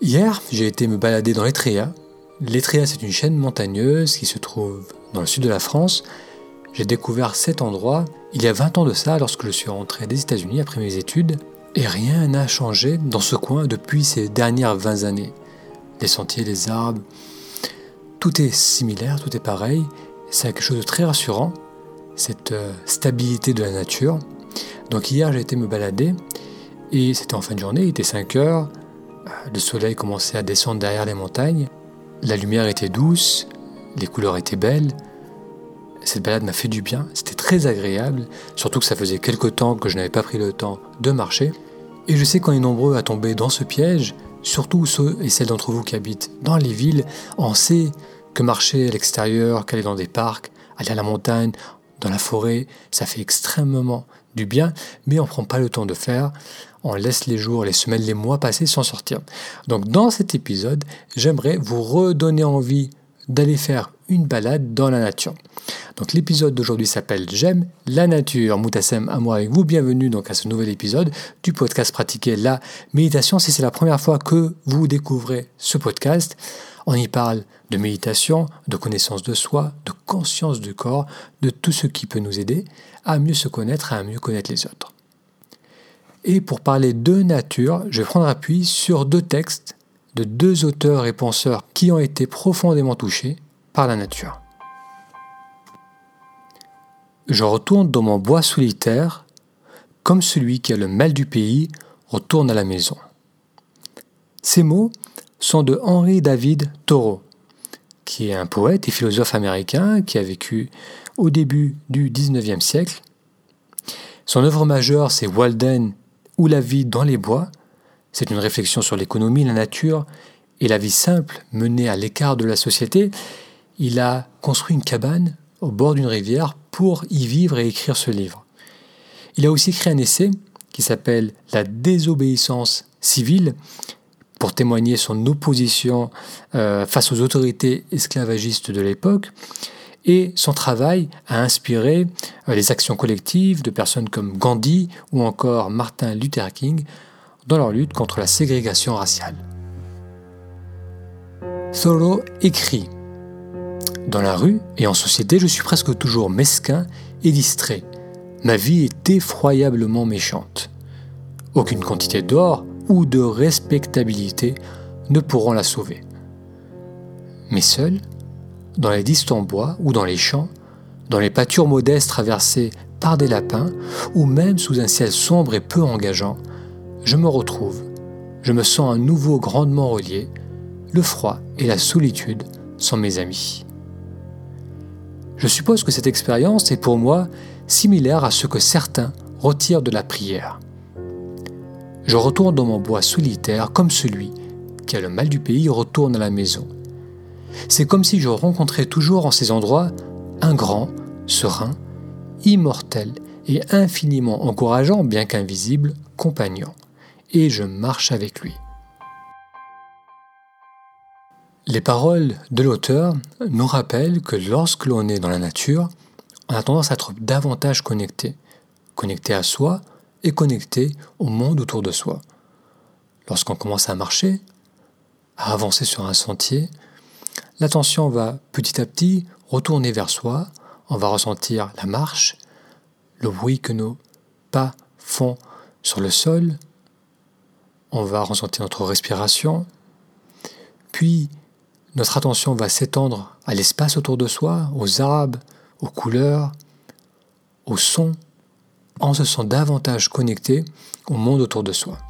Hier, j'ai été me balader dans l'Étréat. L'Étréat, c'est une chaîne montagneuse qui se trouve dans le sud de la France. J'ai découvert cet endroit il y a 20 ans de ça, lorsque je suis rentré des États-Unis après mes études. Et rien n'a changé dans ce coin depuis ces dernières 20 années. Les sentiers, les arbres, tout est similaire, tout est pareil. C'est quelque chose de très rassurant, cette stabilité de la nature. Donc hier, j'ai été me balader et c'était en fin de journée, il était 5 heures. Le soleil commençait à descendre derrière les montagnes. La lumière était douce, les couleurs étaient belles. Cette balade m'a fait du bien, c'était très agréable, surtout que ça faisait quelque temps que je n'avais pas pris le temps de marcher. Et je sais qu'on est nombreux à tomber dans ce piège, surtout ceux et celles d'entre vous qui habitent dans les villes. On sait que marcher à l'extérieur, qu'aller dans des parcs, aller à la montagne, dans la forêt, ça fait extrêmement du bien, mais on ne prend pas le temps de faire. On laisse les jours, les semaines, les mois passer sans sortir. Donc dans cet épisode, j'aimerais vous redonner envie d'aller faire une balade dans la nature. Donc l'épisode d'aujourd'hui s'appelle « J'aime la nature ». Moutassem, amour avec vous. Bienvenue donc à ce nouvel épisode du podcast Pratiquer la méditation. Si c'est la première fois que vous découvrez ce podcast, on y parle de méditation, de connaissance de soi, de conscience du corps, de tout ce qui peut nous aider à mieux se connaître et à mieux connaître les autres. Et pour parler de nature, je vais prendre appui sur 2 textes de 2 auteurs et penseurs qui ont été profondément touchés par la nature. Je retourne dans mon bois solitaire, comme celui qui a le mal du pays retourne à la maison. Ces mots sont de Henry David Thoreau, qui est un poète et philosophe américain qui a vécu au début du XIXe siècle. Son œuvre majeure, c'est Walden ou la vie dans les bois. C'est une réflexion sur l'économie, la nature et la vie simple menée à l'écart de la société. Il a construit une cabane au bord d'une rivière pour y vivre et écrire ce livre. Il a aussi écrit un essai qui s'appelle « La désobéissance civile » pour témoigner son opposition face aux autorités esclavagistes de l'époque. Et son travail a inspiré les actions collectives de personnes comme Gandhi ou encore Martin Luther King dans leur lutte contre la ségrégation raciale. Thoreau écrit « Dans la rue et en société, je suis presque toujours mesquin et distrait. Ma vie est effroyablement méchante. Aucune quantité d'or ou de respectabilité ne pourront la sauver. Mais seul, dans les distants bois ou dans les champs, dans les pâtures modestes traversées par des lapins, ou même sous un ciel sombre et peu engageant, je me retrouve, je me sens à nouveau grandement relié, le froid et la solitude sont mes amis. Je suppose que cette expérience est pour moi similaire à ce que certains retirent de la prière. Je retourne dans mon bois solitaire comme celui qui a le mal du pays retourne à la maison. C'est comme si je rencontrais toujours en ces endroits un grand, serein, immortel et infiniment encourageant, bien qu'invisible, compagnon, et je marche avec lui. Les paroles de l'auteur nous rappellent que lorsque l'on est dans la nature, on a tendance à être davantage connecté à soi et connecté au monde autour de soi. Lorsqu'on commence à marcher, à avancer sur un sentier, l'attention va petit à petit retourner vers soi, on va ressentir la marche, le bruit que nos pas font sur le sol, on va ressentir notre respiration, puis notre attention va s'étendre à l'espace autour de soi, aux arbres, aux couleurs, aux sons. On se sent davantage connecté au monde autour de soi.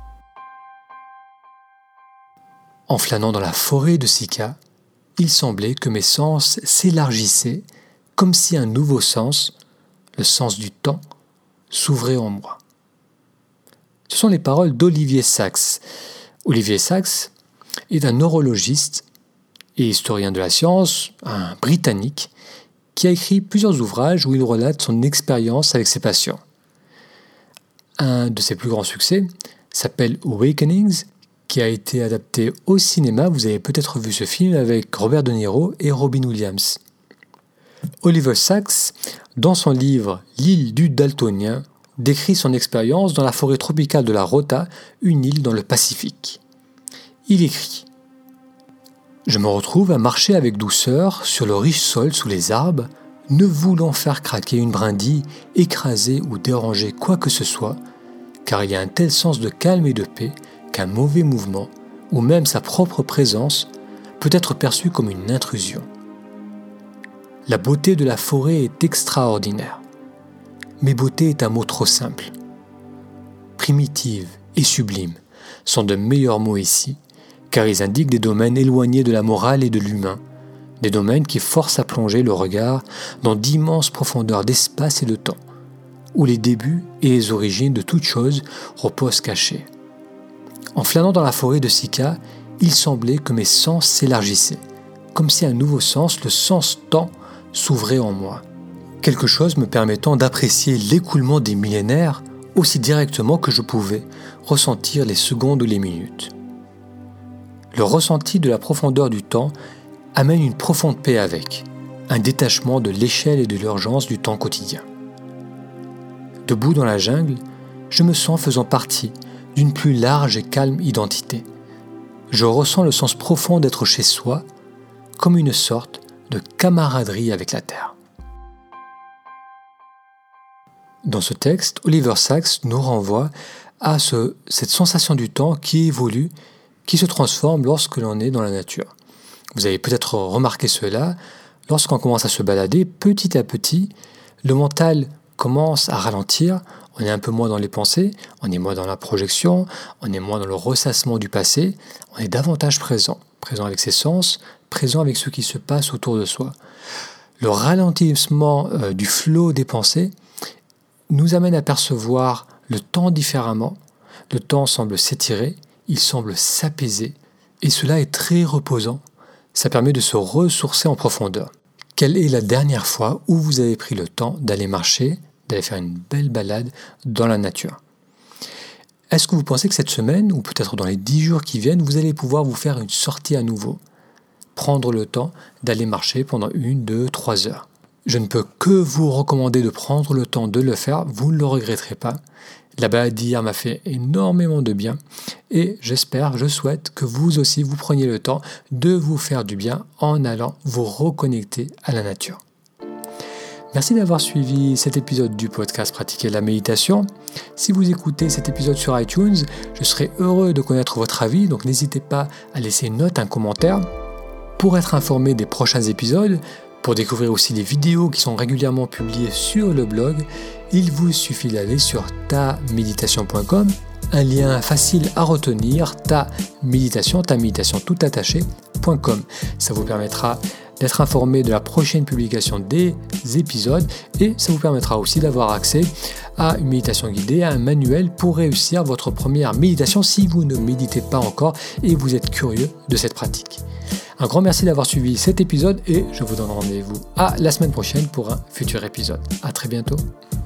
En flânant dans la forêt de Sika, il semblait que mes sens s'élargissaient comme si un nouveau sens, le sens du temps, s'ouvrait en moi. Ce sont les paroles d'Olivier Sacks. Olivier Sacks est un neurologiste et historien de la science, un Britannique, qui a écrit plusieurs ouvrages où il relate son expérience avec ses patients. Un de ses plus grands succès s'appelle Awakenings, qui a été adapté au cinéma. Vous avez peut-être vu ce film avec Robert De Niro et Robin Williams. Oliver Sacks, dans son livre « L'île du Daltonien », décrit son expérience dans la forêt tropicale de la Rota, une île dans le Pacifique. Il écrit : Je me retrouve à marcher avec douceur sur le riche sol sous les arbres, ne voulant faire craquer une brindille, écraser ou déranger quoi que ce soit, car il y a un tel sens de calme et de paix qu'un mauvais mouvement, ou même sa propre présence, peut être perçu comme une intrusion. La beauté de la forêt est extraordinaire, mais beauté est un mot trop simple. Primitive et sublime sont de meilleurs mots ici, car ils indiquent des domaines éloignés de la morale et de l'humain, des domaines qui forcent à plonger le regard dans d'immenses profondeurs d'espace et de temps, où les débuts et les origines de toute chose reposent cachés. En flânant dans la forêt de Sika, il semblait que mes sens s'élargissaient, comme si un nouveau sens, le sens temps, s'ouvrait en moi. Quelque chose me permettant d'apprécier l'écoulement des millénaires aussi directement que je pouvais ressentir les secondes ou les minutes. Le ressenti de la profondeur du temps amène une profonde paix avec, un détachement de l'échelle et de l'urgence du temps quotidien. Debout dans la jungle, je me sens faisant partie d'une plus large et calme identité. Je ressens le sens profond d'être chez soi, comme une sorte de camaraderie avec la terre. Dans ce texte, Oliver Sacks nous renvoie à cette sensation du temps qui évolue, qui se transforme lorsque l'on est dans la nature. Vous avez peut-être remarqué cela, lorsqu'on commence à se balader, petit à petit, le mental commence à ralentir, on est un peu moins dans les pensées, on est moins dans la projection, on est moins dans le ressassement du passé, on est davantage présent avec ses sens, présent avec ce qui se passe autour de soi. Le ralentissement du flot des pensées nous amène à percevoir le temps différemment, le temps semble s'étirer, il semble s'apaiser, et cela est très reposant, ça permet de se ressourcer en profondeur. Quelle est la dernière fois où vous avez pris le temps d'aller marcher, d'aller faire une belle balade dans la nature ? Est-ce que vous pensez que cette semaine, ou peut-être dans les 10 jours qui viennent, vous allez pouvoir vous faire une sortie à nouveau ? Prendre le temps d'aller marcher pendant 1, 2, 3 heures. Je ne peux que vous recommander de prendre le temps de le faire, vous ne le regretterez pas. La balade d'hier m'a fait énormément de bien et je souhaite que vous aussi vous preniez le temps de vous faire du bien en allant vous reconnecter à la nature. Merci d'avoir suivi cet épisode du podcast Pratiquer la méditation. Si vous écoutez cet épisode sur iTunes, je serai heureux de connaître votre avis, donc n'hésitez pas à laisser une note, un commentaire. Pour être informé des prochains épisodes, pour découvrir aussi les vidéos qui sont régulièrement publiées sur le blog, il vous suffit d'aller sur taméditation.com, un lien facile à retenir, taméditation tout attaché.com. Ça vous permettra d'être informé de la prochaine publication des épisodes et ça vous permettra aussi d'avoir accès à une méditation guidée, à un manuel pour réussir votre première méditation si vous ne méditez pas encore et vous êtes curieux de cette pratique. Un grand merci d'avoir suivi cet épisode et je vous donne rendez-vous à la semaine prochaine pour un futur épisode. À très bientôt.